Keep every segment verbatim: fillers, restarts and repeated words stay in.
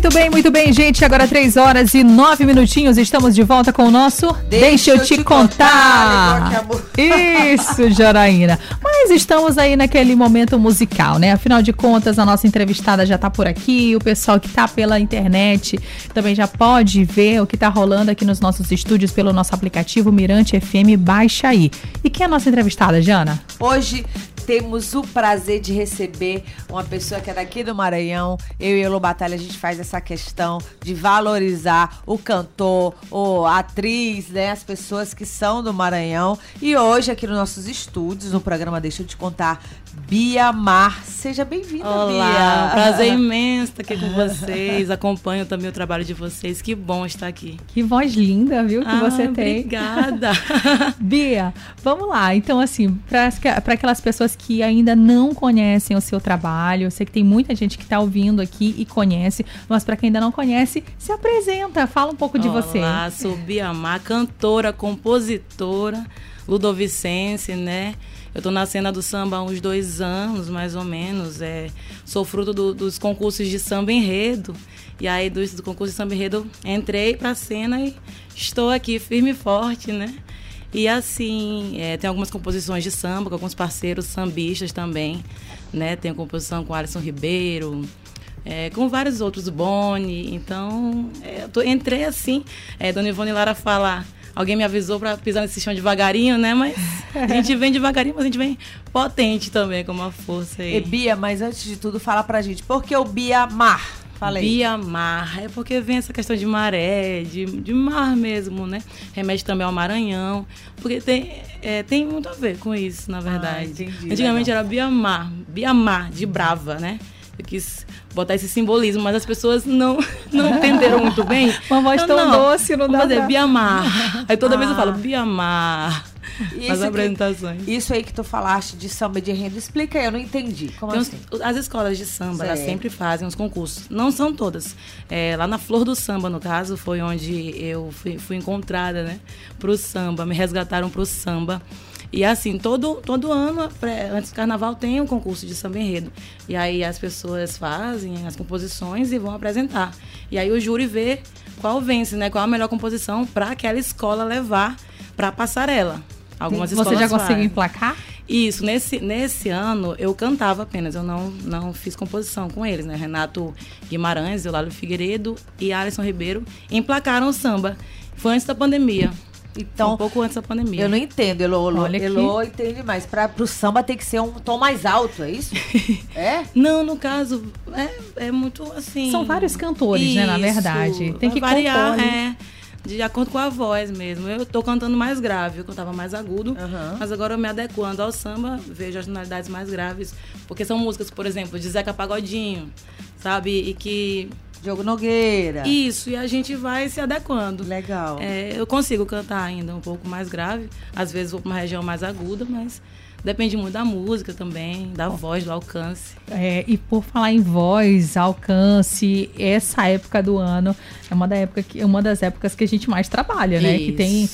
Muito bem, muito bem, gente. Agora três horas e nove minutinhos. Estamos de volta com o nosso Deixa, Deixa eu, eu te, te contar. contar. Isso, Janaína. Mas estamos aí naquele momento musical, né? Afinal de contas, a nossa entrevistada já tá por aqui. O pessoal que tá pela internet também já pode ver o que tá rolando aqui nos nossos estúdios pelo nosso aplicativo Mirante F M. Baixa aí. E quem é a nossa entrevistada, Jana? Hoje temos o prazer de receber uma pessoa que é daqui do Maranhão. Eu e Elô Batalha, a gente faz essa questão de valorizar o cantor, ou a atriz, né? As pessoas que são do Maranhão. E hoje, aqui nos nossos estúdios, no programa Deixa eu te contar, Bia Mar. Seja bem-vinda, Olá, Bia. Olá, prazer imenso estar aqui com vocês. Acompanho também o trabalho de vocês. Que bom estar aqui. Que voz linda, viu, que ah, você tem. Obrigada. Bia, vamos lá. Então, assim, para aquelas pessoas que ainda não conhecem o seu trabalho, eu sei que tem muita gente que está ouvindo aqui e conhece, mas para quem ainda não conhece, se apresenta, fala um pouco de Olá, você. Olá, sou Bia Mar, cantora, compositora, ludovicense, né? Eu tô na cena do samba há uns dois anos, mais ou menos. É, sou fruto do, dos concursos de samba enredo. E aí, do, do concurso de samba enredo, entrei pra cena e estou aqui firme e forte, né? E assim, é, tem algumas composições de samba com alguns parceiros sambistas também, né? Tenho composição com Alisson Ribeiro, é, com vários outros, Boni. Então, é, eu tô, entrei assim, é, Dona Ivone Lara fala... Alguém me avisou para pisar nesse chão devagarinho, né? Mas a gente vem devagarinho, mas a gente vem potente também, com uma força aí. E Bia, mas antes de tudo, fala pra gente, por que o Bia Mar? Fala aí. Bia Mar, é porque vem essa questão de maré, de, de mar mesmo, né? Remete também ao Maranhão, porque tem, é, tem muito a ver com isso, na verdade. Ah, entendi, antigamente legal. Era Bia Mar, Bia Mar, de brava, né? Eu quis botar esse simbolismo, mas as pessoas não, não entenderam muito bem. Uma voz tão não, doce, não dá pra... pra... Bia Mar. Aí toda ah. vez eu falo Bia Mar. Nas apresentações. Que, isso aí que tu falaste de samba de enredo, explica aí, eu não entendi. Como Tem assim? Uns, as escolas de samba, elas sempre fazem os concursos. Não são todas. É, lá na Flor do Samba, no caso, foi onde eu fui, fui encontrada, né? Pro samba, me resgataram pro samba. E assim, todo, todo ano, antes do carnaval, tem um concurso de samba enredo. E aí as pessoas fazem as composições e vão apresentar. E aí o júri vê qual vence, né? Qual a melhor composição para aquela escola levar para a passarela. Algumas Você escolas já conseguiu fazem. emplacar? Isso, nesse, nesse ano eu cantava apenas, eu não, não fiz composição com eles, né? Renato Guimarães, Eulália Figueiredo e Alisson Ribeiro emplacaram o samba. Foi antes da pandemia. Então, um pouco antes da pandemia. Eu não entendo, Elô. Elô, Olha Elô entende mais. Para pro samba tem que ser um tom mais alto, é isso? É? Não, no caso, é, é muito assim... São vários cantores, isso, né, na verdade. Tem que variar, compor, é, de acordo com a voz mesmo. Eu tô cantando mais grave, eu cantava mais agudo, uhum. mas agora eu me adequando ao samba, vejo as tonalidades mais graves, porque são músicas, por exemplo, de Zeca Pagodinho, sabe? E que... Diogo Nogueira. Isso, e a gente vai se adequando. Legal. É, eu consigo cantar ainda um pouco mais grave, às vezes vou para uma região mais aguda, mas depende muito da música também, da oh. voz, do alcance. É, e por falar em voz, alcance, essa época do ano é uma, da época que, uma das épocas que a gente mais trabalha, né? Isso. Que tem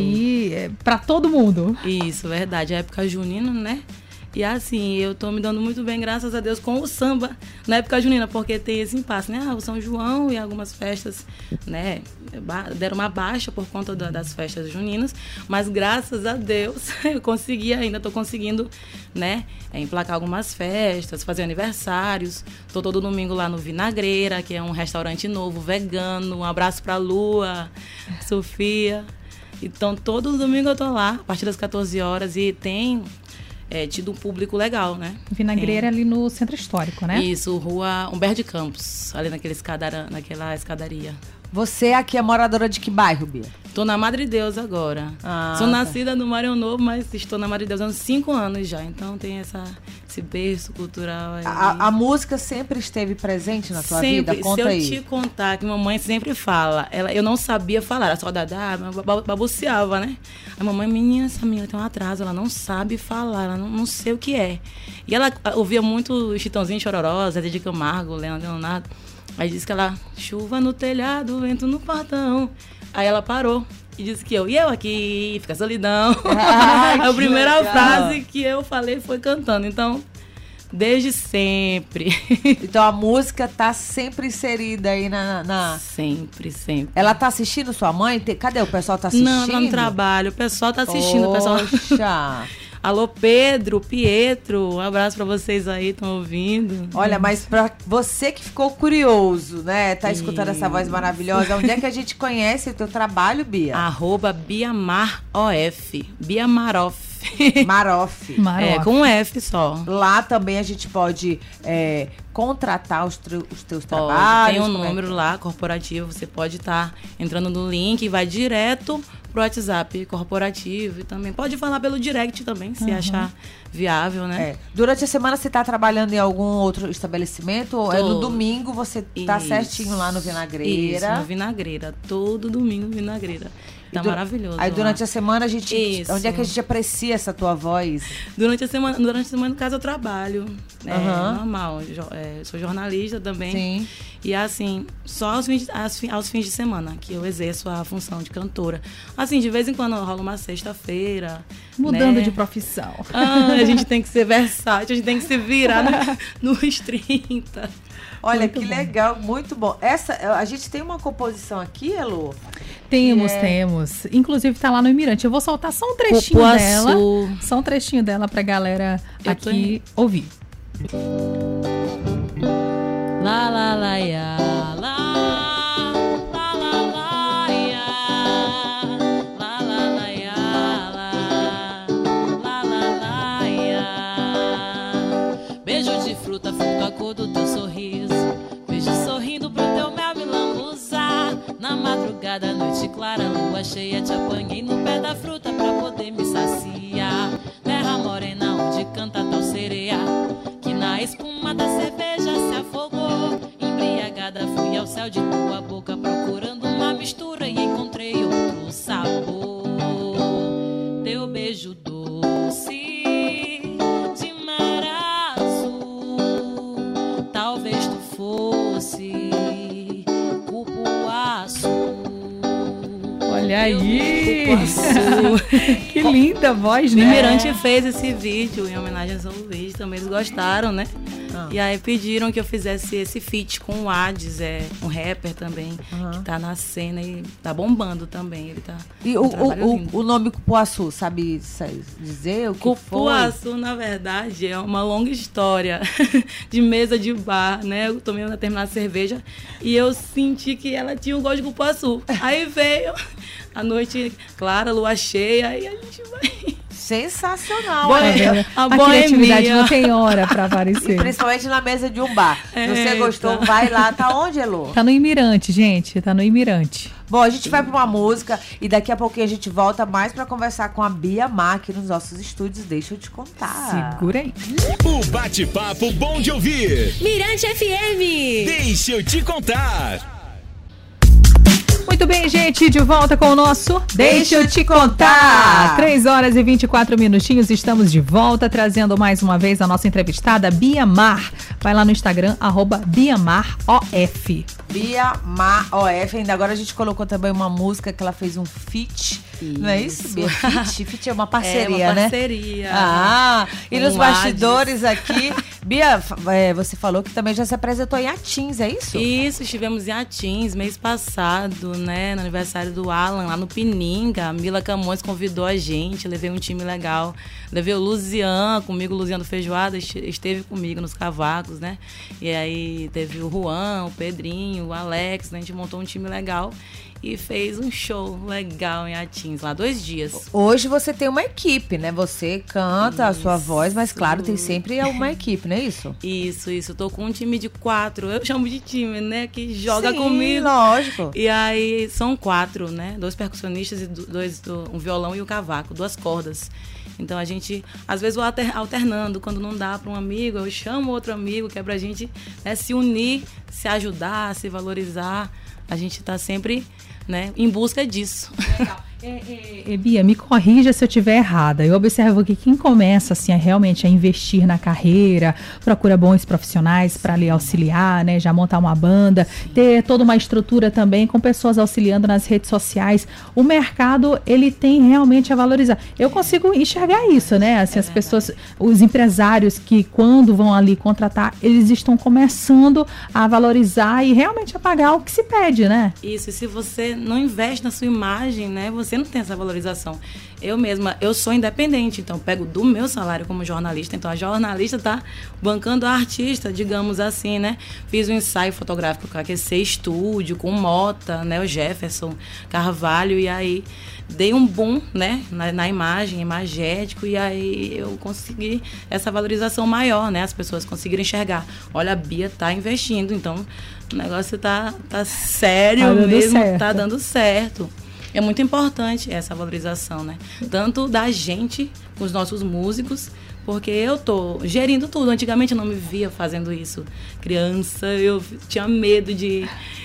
aí é, para todo mundo. Isso, verdade. A época junina, né? E assim, eu tô me dando muito bem, graças a Deus, com o samba na época junina, porque tem esse impasse, né? Ah, o São João e algumas festas, né, deram uma baixa por conta da, das festas juninas, mas graças a Deus eu consegui ainda, tô conseguindo, né, emplacar algumas festas, fazer aniversários. Tô todo domingo lá no Vinagreira, que é um restaurante novo, vegano. Um abraço pra Lua, Sofia. Então, todo domingo eu tô lá, a partir das quatorze horas, e tem... É, tido um público legal, né? Vinagreira ali no Centro Histórico, né? Isso, Rua Humberto de Campos, ali naquele escadara, naquela escadaria. Você aqui é moradora de que bairro, Bia? Tô na Madre Deus agora. Ah, Sou nascida tá. no Maranhão Novo, mas estou na Madre Deus há uns cinco anos já. Então tem essa, esse berço cultural aí. A, a música sempre esteve presente na tua sempre. vida? Conta Se eu aí. te contar, que mamãe sempre fala, ela, eu não sabia falar, era só dadá, babuceava, né? A mamãe, menina, essa menina tem um atraso, ela não sabe falar, ela não, não sei o que é. E ela ouvia muito Chitãozinho Chororó, Zé de Camargo, Leandro Leonardo. Aí disse que ela, chuva no telhado, vento no portão. Aí ela parou e disse que eu, e eu aqui, fica solidão. Ah, a primeira legal. frase que eu falei foi cantando. Então, Desde sempre. Então a música tá sempre inserida aí na... na... Sempre, sempre. Ela tá assistindo sua mãe? Cadê o pessoal tá assistindo? Não, tá no trabalho. O pessoal tá assistindo. Poxa. O pessoal... Alô, Pedro, Pietro, um abraço pra vocês aí, estão ouvindo. Olha, mas pra você que ficou curioso, né, tá escutando Isso. essa voz maravilhosa, onde é que a gente conhece o teu trabalho, Bia? Arroba BiaMarOF, BiaMarof. Marof. É, com um F só. Lá também a gente pode é, contratar os, os teus pode, trabalhos. Tem um número é? lá, corporativo, você pode estar tá entrando no link e vai direto pro WhatsApp corporativo e também pode falar pelo direct também, se uhum. achar viável, né? É. Durante a semana você tá trabalhando em algum outro estabelecimento ou Tô. é no domingo você tá Isso. certinho lá no Vinagreira? Isso, no Vinagreira. Todo domingo no Vinagreira. Tá maravilhoso. Aí durante lá. a semana a gente... Isso. Onde é que a gente aprecia essa tua voz? Durante a semana, durante a semana no caso, eu trabalho. É uhum. normal. Eu, é, sou jornalista também. Sim. E assim, só aos fins, aos, aos fins de semana que eu exerço a função de cantora. Assim, de vez em quando rola uma sexta-feira. Mudando né? de profissão. Ah, a gente tem que ser versátil, a gente tem que se virar no, nos trinta. Olha, muito que bom. Legal, muito bom. Essa, a gente tem uma composição aqui, Elô? Temos, é... temos. Inclusive tá lá no Imirante. Eu vou soltar só um trechinho Cupuaçu. dela. Só um trechinho dela pra galera Eu aqui tô... ouvir. Lá, lá, lá, ia, lá. Lá, lá, lá, ia. Lá, lá, lá, ia, lá. Lá, lá, lá, ia. Beijo de fruta, fruto a cor do teu sorriso. Beijo sorrindo pro teu mel me lambuzar. Na madrugada, noite clara, lua cheia, te apanhei no pé da fruta pra poder me saciar. Terra morena onde canta tal sereia, que na espuma da cerveja se afogou. Embriagada fui ao céu de tua boca, procurando uma mistura e encontrei outro sabor. Teu beijo doce de mar azul, talvez tu fosse cupuaçu. Olha aí! Que linda voz, né? O Mirante fez esse vídeo em homenagem ao vídeo, também eles gostaram, né? Ah. E aí pediram que eu fizesse esse feat com o Hades, é um rapper também, uhum. que tá na cena e tá bombando também. Ele tá e um o, o, o nome Cupuaçu, sabe dizer o que Cupuaçu, foi? na verdade, é uma longa história de mesa de bar, né? Eu tomei uma determinada cerveja e eu senti que ela tinha um gosto de cupuaçu. Aí veio a noite clara, lua cheia, e a gente vai... Sensacional, Boa, né? A, a criatividade não tem hora pra aparecer. E principalmente na mesa de um bar. É, Se você gostou, tá. vai lá. Tá onde, Elô? Tá no Imirante, gente. Tá no Imirante. Bom, a gente vai pra uma música e daqui a pouquinho a gente volta mais pra conversar com a Bia Mar aqui nos nossos estúdios. Deixa eu te contar. Segura aí. O bate-papo bom de ouvir. Mirante F M. Deixa eu te contar. Muito bem, gente, de volta com o nosso Deixa eu te contar. três horas e vinte e quatro minutinhos, estamos de volta, trazendo mais uma vez a nossa entrevistada, Bia Mar. Vai lá no Instagram, arroba BiaMarOF. BiaMarOF, ainda agora a gente colocou também uma música que ela fez um feat. Isso. Não é isso, Bia? Feat, feat é uma parceria, é uma né? parceria. Ah, e um nos bastidores aqui, Bia, é, você falou que também já se apresentou em Atins, é isso? Isso, estivemos em Atins mês passado, né, no aniversário do Alan, lá no Pininga. A Mila Camões convidou a gente, levei um time legal. Levei o Luzian comigo, o Luzian do Feijoada, esteve comigo nos cavacos, né? E aí teve o Juan, o Pedrinho, o Alex, né? A gente montou um time legal e fez um show legal em Atins, lá dois dias. Hoje você tem uma equipe, né? Você canta isso. A sua voz, mas claro, tem sempre uma equipe, não é isso? Isso, isso. Eu tô com um time de quatro, eu chamo de time, né? Que joga Sim, comigo. Lógico. E aí são quatro, né? Dois percussionistas, e dois, um violão e o cavaco, duas cordas. Então a gente, às vezes, vai alternando. Quando não dá para um amigo, eu chamo outro amigo, que é pra gente, né, se unir, se ajudar, se valorizar. A gente tá sempre, né, em busca disso. Legal. É, é, Bia, me corrija se eu estiver errada. Eu observo que quem começa assim, a realmente a investir na carreira, procura bons profissionais para lhe auxiliar, né? Já montar uma banda, ter toda uma estrutura também com pessoas auxiliando nas redes sociais. O mercado, ele tem realmente a valorizar. Eu consigo enxergar isso, né? Assim, as pessoas, os empresários que quando vão ali contratar, eles estão começando a valorizar e realmente a pagar o que se pede, né? Isso, e se você não investe na sua imagem, né? Você Você não tem essa valorização. Eu mesma, eu sou independente, então pego do meu salário como jornalista, então a jornalista está bancando a artista, digamos assim, né? Fiz um ensaio fotográfico com a Q C Estúdio, com o Mota, né? O Jefferson Carvalho, e aí dei um boom, né? Na, na imagem, imagético, e aí eu consegui essa valorização maior, né? As pessoas conseguiram enxergar. Olha, a Bia tá investindo, então o negócio tá, tá sério tá mesmo, certo. tá dando certo. É muito importante essa valorização, né? Tanto da gente, com os nossos músicos, porque eu tô gerindo tudo. Antigamente eu não me via fazendo isso. Criança, eu tinha medo de,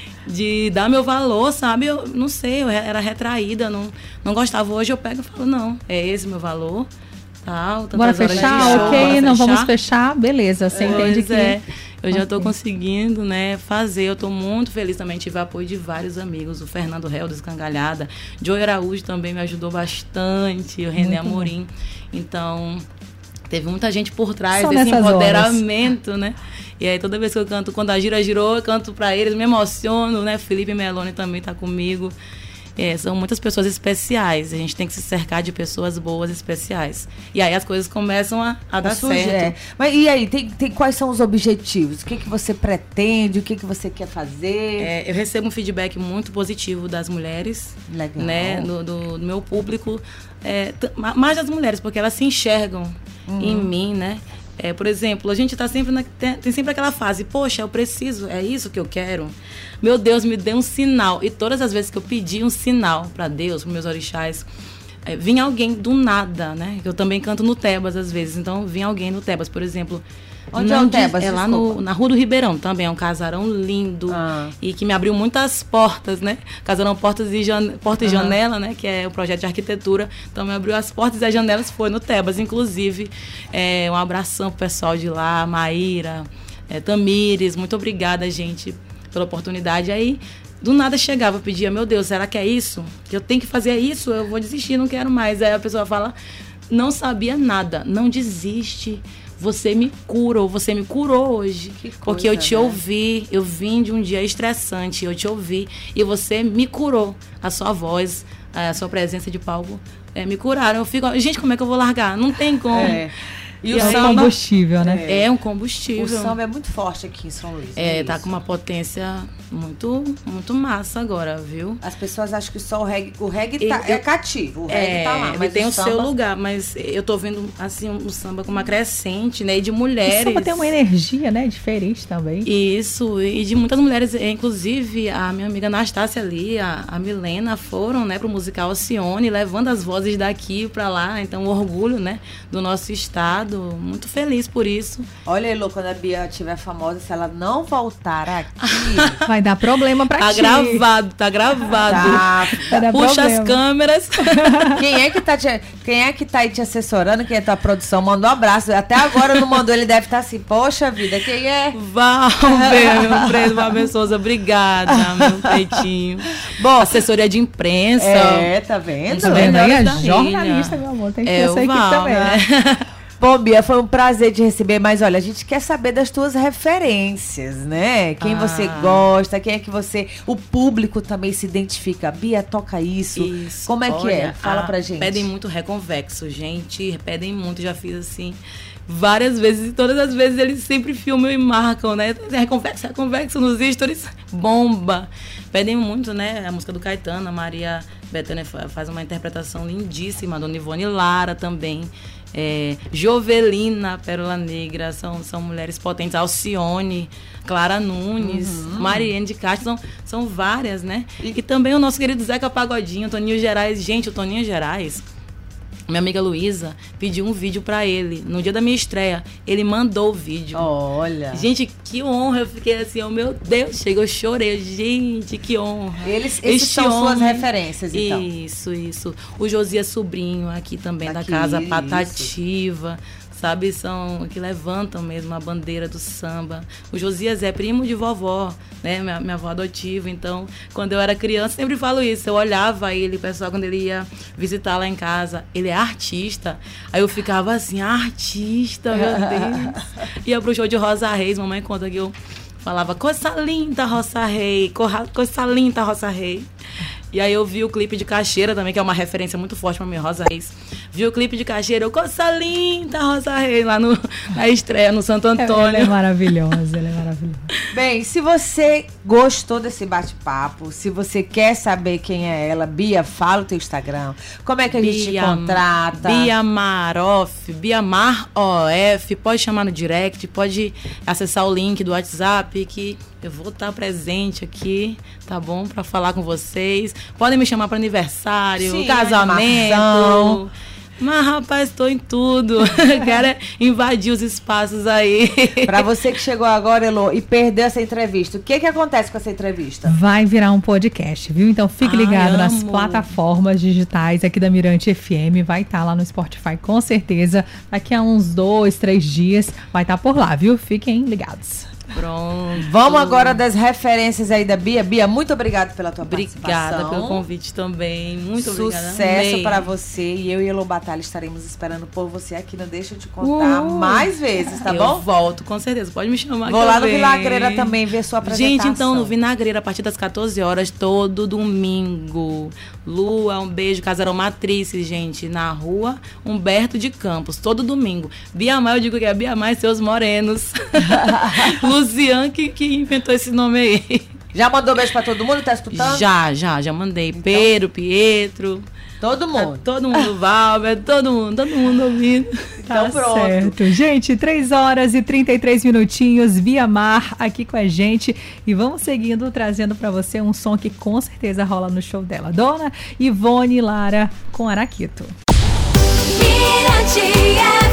de dar meu valor, sabe? Eu não sei, eu era retraída, não, não gostava. Hoje eu pego e falo, não, é esse meu valor. Tal, bora fechar, show, ok, bora não fechar. Vamos fechar, beleza, você pois entende que... É. Eu já estou conseguindo, né, fazer. Eu estou muito feliz também. Tive apoio de vários amigos. O Fernando Réu, do Escangalhada. Joey Araújo também me ajudou bastante. O René muito Amorim. Bom. Então, teve muita gente por trás só desse empoderamento, horas. Né? E aí, toda vez que eu canto, quando a gira girou, eu canto para eles, me emociono, né? Felipe Meloni também está comigo. É, são muitas pessoas especiais. A gente tem que se cercar de pessoas boas especiais. E aí as coisas começam a, a dar certo. É. Mas e aí, tem, tem, quais são os objetivos? O que, que você pretende? O que, que você quer fazer? É, eu recebo um feedback muito positivo das mulheres. Legal. Né, do, do, do meu público. É, t- mais das mulheres, porque elas se enxergam uhum. em mim, né? É, por exemplo, a gente tá sempre na, tem, tem sempre aquela fase, poxa, eu preciso, é isso que eu quero. Meu Deus, me dê um sinal. E todas as vezes que eu pedi um sinal para Deus, para meus orixás, é, vinha alguém do nada, né? Eu também canto no Tebas às vezes, então vinha alguém no Tebas, por exemplo. Onde é o Tebas? É lá no, na Rua do Ribeirão também, é um casarão lindo ah. e que me abriu muitas portas, né? Casarão Portas e, Jan... Porta e uhum. Janela, né? Que é o projeto de arquitetura. Então me abriu as portas e as janelas, foi no Tebas, inclusive. É, um abração pro pessoal de lá, Maíra, é, Tamires, muito obrigada, gente, pela oportunidade. Aí, do nada chegava, eu pedia, meu Deus, será que é isso? Que eu tenho que fazer isso? Eu vou desistir, não quero mais. Aí a pessoa fala, não sabia nada, não desiste. Você me cura, ou você me curou hoje. Que coisa, porque eu te né? ouvi, eu vim de um dia estressante, eu te ouvi e você me curou. A sua voz, a sua presença de palco é, me curaram. Eu fico, gente, como é que eu vou largar? Não tem como. É. E, e o samba, é um combustível, né? É, é um combustível. O samba é muito forte aqui em São Luís. É, é tá com uma potência muito, muito massa agora, viu? As pessoas acham que só o reggae, o reggae tá, eu, é cativo, o reggae é, tá lá. Mas tem o, o samba... seu lugar, mas eu tô vendo, assim, o um samba com uma crescente, né? E de mulheres. O samba tem uma energia, né? Diferente também. Isso, e de muitas mulheres, inclusive a minha amiga Anastácia ali, a, a Milena, foram, né, pro musical Alcione, levando as vozes daqui pra lá. Então, o orgulho, né, do nosso estado. Muito feliz por isso. Olha, Elô, quando a Bia estiver famosa, se ela não voltar aqui... Vai dar problema pra tá ti. Tá gravado, tá gravado. Tá, tá Puxa problema. As câmeras. Quem é que tá te, quem é que tá aí te assessorando? Quem é tua produção? Mandou um abraço. Até agora não mandou, ele deve estar assim, poxa vida, quem é? Valber, meu preto, Valber Souza, obrigada, meu peitinho. Bom, assessoria de imprensa. É, tá vendo? Tá vendo aí? É jornalista, meu amor, tem que é, ter essa equipe Val, também. Né? Bom, Bia, foi um prazer te receber, mas olha, a gente quer saber das tuas referências, né? Quem ah. você gosta, quem é que você... O público também se identifica. Bia, toca isso. Isso. Como é olha, que é? Fala ah, pra gente. Pedem muito Reconvexo, gente. Pedem muito, já fiz assim várias vezes. E todas as vezes eles sempre filmam e marcam, né? Reconvexo, Reconvexo nos stories. Bomba. Pedem muito, né? A música do Caetano, a Maria Bethânia faz uma interpretação lindíssima. A Dona Ivone Lara também. É, Jovelina, Pérola Negra, são, são mulheres potentes, Alcione, Clara Nunes, uhum. Mariane de Castro, são, são várias, né? E, e também o nosso querido Zeca Pagodinho, Toninho Gerais. Gente, o Toninho Gerais, minha amiga Luísa pediu um vídeo pra ele. No dia da minha estreia, ele mandou o vídeo. Olha. Gente, que honra. Eu fiquei assim, oh meu Deus, chegou, eu chorei. Gente, que honra. Eles, esses Este são homem, suas referências, então. Isso, isso. O Josias Sobrinho, aqui também, Aqui, da Casa isso. Patativa. Sabe, são que levantam mesmo a bandeira do samba. O Josias é primo de vovó, né? Minha, minha avó adotiva. Então, quando eu era criança, sempre falo isso. Eu olhava ele, o pessoal, quando ele ia visitar lá em casa, ele é artista. Aí eu ficava assim, artista, meu Deus. Ia pro show de Rosa Reis, mamãe conta que eu falava, coisa linda, Rosa Reis, coisa linda, Rosa Reis. E aí eu vi o clipe de Caixeira também, que é uma referência muito forte pra mim, Rosa Reis. Vi o clipe de Caixeira, eu, coisa linda, Rosa Reis, lá no, na estreia, no Santo Antônio. Ela é maravilhosa, ela é maravilhosa. Bem, se você gostou desse bate-papo, se você quer saber quem é ela, Bia, fala o teu Instagram. Como é que a gente te contrata? Bia Maroff, Bia Mar O F, pode chamar no direct, pode acessar o link do WhatsApp, que eu vou estar presente aqui, tá bom? Pra falar com vocês. Podem me chamar para aniversário, Sim, casamento. animação. Mas, rapaz, tô em tudo. Quero invadir os espaços aí. Pra você que chegou agora, Elô, e perdeu essa entrevista, o que que acontece com essa entrevista? Vai virar um podcast, viu? Então fique Ai, ligado nas amo. plataformas digitais aqui da Mirante F M. Vai estar lá no Spotify, com certeza. Daqui a uns dois, três dias vai estar por lá, viu? Fiquem ligados. Pronto. Vamos agora das referências aí da Bia. Bia, muito obrigada pela tua Obrigada participação. pelo convite também. Muito obrigada. Sucesso Amei. para você. E eu e Elô Batalha estaremos esperando por você aqui no Deixa Eu Te Contar Uh, mais vezes, tá eu bom? volto, com certeza. Pode me chamar. Vou que lá eu no venho. Vinagreira também ver sua apresentação. Gente, então, no Vinagreira, a partir das quatorze horas, todo domingo. Lua, um beijo, Casarão Matriz, gente, na rua Humberto de Campos, todo domingo. Bia Mai, eu digo que é Bia Mai e seus morenos. Lucian que, que inventou esse nome aí. Já mandou beijo pra todo mundo? Tá escutando? Já, já, já mandei. Então, Pedro, Pietro. Todo mundo. Tá todo mundo, Valber, todo mundo, todo mundo ouvindo. Então Tá pronto. certo. Gente, três horas e trinta e três minutinhos, Bia Mar aqui com a gente. E vamos seguindo, trazendo pra você um som que com certeza rola no show dela. Dona Ivone Lara com Araquito. Mirante